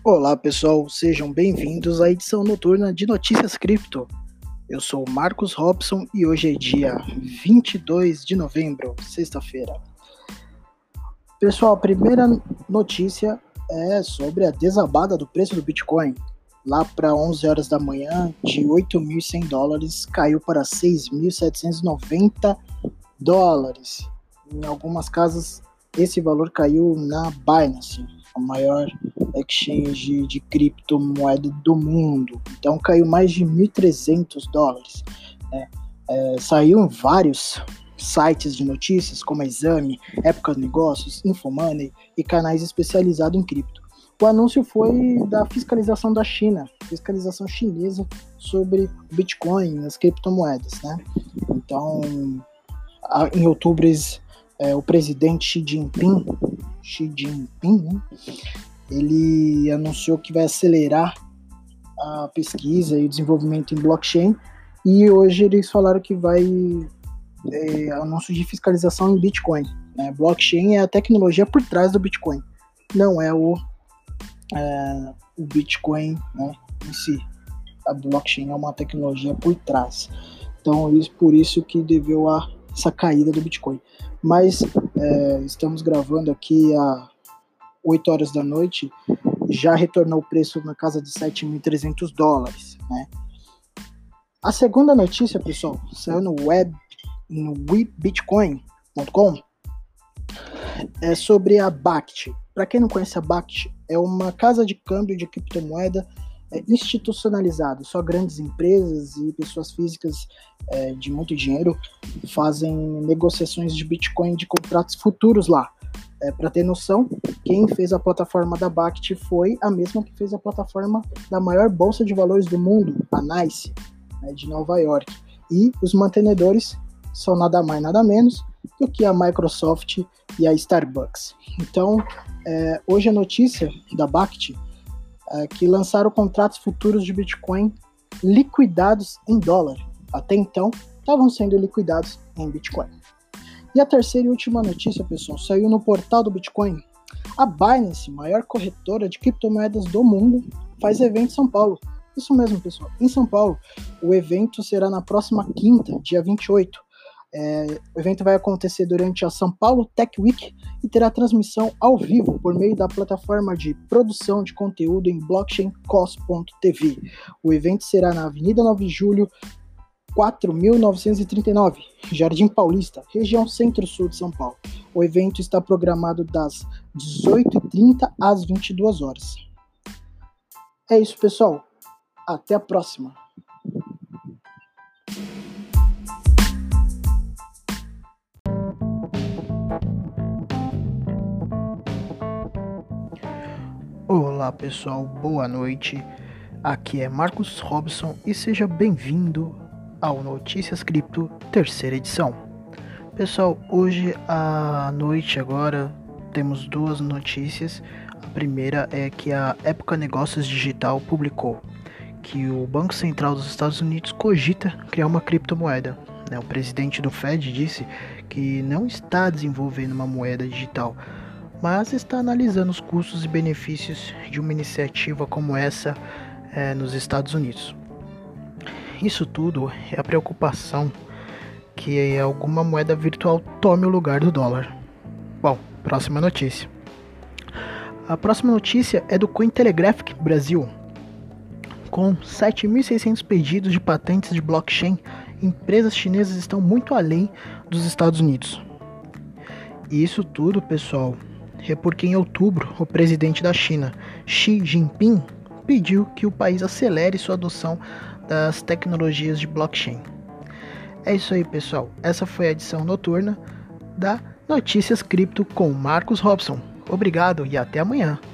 Olá pessoal, sejam bem-vindos à edição noturna de Notícias Cripto. Eu sou o Marcos Robson e hoje é dia 22 de novembro, sexta-feira. Pessoal, a primeira notícia é sobre a desabada do preço do Bitcoin. Lá para 11 horas da manhã, de $8.100, caiu para $6.790. Em algumas casas, esse valor caiu na Binance, a maior exchange de criptomoeda do mundo. Então caiu mais de $1.300. Saiu em vários sites de notícias, como a Exame, Época Negócios, Infomoney e canais especializados em cripto. O anúncio foi da fiscalização da China, fiscalização chinesa sobre o Bitcoin e as criptomoedas, né? Então, em outubro, o presidente Xi Jinping, né? Ele anunciou que vai acelerar a pesquisa e o desenvolvimento em blockchain, e hoje eles falaram que vai anúncio de fiscalização em Bitcoin. Né? Blockchain é a tecnologia por trás do Bitcoin, não é o Bitcoin, né, em si. A blockchain é uma tecnologia por trás. Então, por isso que deveu essa caída do Bitcoin. Mas estamos gravando aqui a 8 horas da noite, já retornou o preço na casa de $7.300, né? A segunda notícia, pessoal, saiu no webitcoin.com, é sobre a BACT. Para quem não conhece, a BACT é uma casa de câmbio de criptomoeda institucionalizada. Só grandes empresas e pessoas físicas de muito dinheiro fazem negociações de Bitcoin de contratos futuros lá. Para ter noção, quem fez a plataforma da BACT foi a mesma que fez a plataforma da maior bolsa de valores do mundo, a NYSE, de Nova York. E os mantenedores são nada mais, nada menos do que a Microsoft e a Starbucks. Então, hoje a notícia da BACT é que lançaram contratos futuros de Bitcoin liquidados em dólar. Até então, estavam sendo liquidados em Bitcoin. E a terceira e última notícia, pessoal, saiu no portal do Bitcoin. A Binance, maior corretora de criptomoedas do mundo, faz evento em São Paulo. Isso mesmo, pessoal. Em São Paulo, o evento será na próxima quinta, dia 28. O evento vai acontecer durante a São Paulo Tech Week e terá transmissão ao vivo por meio da plataforma de produção de conteúdo em blockchain cos.tv. O evento será na Avenida 9 de Julho, 4.939, Jardim Paulista, região centro-sul de São Paulo. O evento está programado das 18h30 às 22 horas. É isso, pessoal. Até a próxima. Olá, pessoal. Boa noite. Aqui é Marcos Robson e seja bem-vindo ao Notícias Cripto, terceira edição. Pessoal, hoje à noite agora temos duas notícias. A primeira é que a Época Negócios Digital publicou que o Banco Central dos Estados Unidos cogita criar uma criptomoeda. O presidente do Fed disse que não está desenvolvendo uma moeda digital, mas está analisando os custos e benefícios de uma iniciativa como essa nos Estados Unidos. Isso tudo é a preocupação que alguma moeda virtual tome o lugar do dólar. Bom, próxima notícia. A próxima notícia é do Cointelegraph Brasil. Com 7.600 pedidos de patentes de blockchain, empresas chinesas estão muito além dos Estados Unidos. E isso tudo, pessoal, é porque em outubro o presidente da China, Xi Jinping, pediu que o país acelere sua adoção das tecnologias de blockchain. É isso aí, pessoal. Essa foi a edição noturna da Notícias Cripto com Marcos Robson. Obrigado e até amanhã.